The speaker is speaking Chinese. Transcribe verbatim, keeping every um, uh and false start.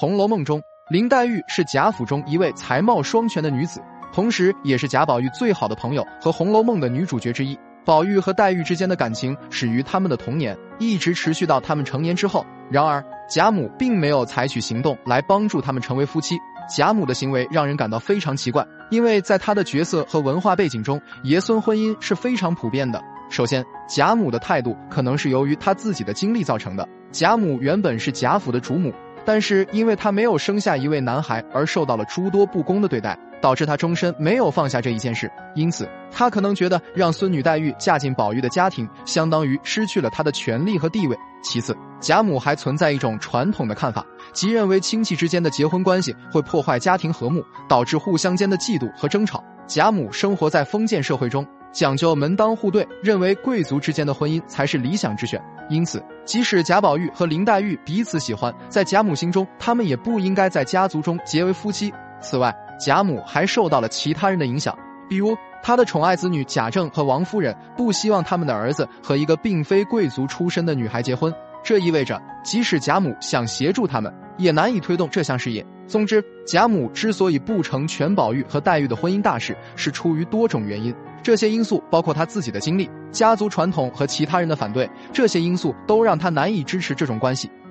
红楼梦》中，林黛玉是贾府中一位才貌双全的女子，同时也是贾宝玉最好的朋友和《红楼梦》的女主角之一。宝玉和黛玉之间的感情始于他们的童年，一直持续到他们成年之后。然而，贾母并没有采取行动来帮助他们成为夫妻。贾母的行为让人感到非常奇怪，因为在她的角色和文化背景中，爷孙婚姻是非常普遍的。首先，贾母的态度可能是由于她自己的经历造成的。贾母原本是贾府的主母，但是因为她没有生下一位男孩而受到了诸多不公的对待，导致她终身没有放下这一件事。因此，她可能觉得让孙女黛玉嫁进宝玉的家庭，相当于失去了她的权利和地位。其次，贾母还存在一种传统的看法，即认为亲戚之间的结婚关系会破坏家庭和睦，导致互相间的嫉妒和争吵。贾母生活在封建社会中，讲究门当户对，认为贵族之间的婚姻才是理想之选。因此，即使贾宝玉和林黛玉彼此喜欢，在贾母心中，他们也不应该在家族中结为夫妻。此外，贾母还受到了其他人的影响，比如她的宠爱子女贾政和王夫人不希望他们的儿子和一个并非贵族出身的女孩结婚，这意味着即使贾母想协助他们，也难以推动这项事业。总之，贾母之所以不成全宝玉和黛玉的婚姻大事，是出于多种原因。这些因素包括她自己的经历、家族传统和其他人的反对，这些因素都让她难以支持这种关系。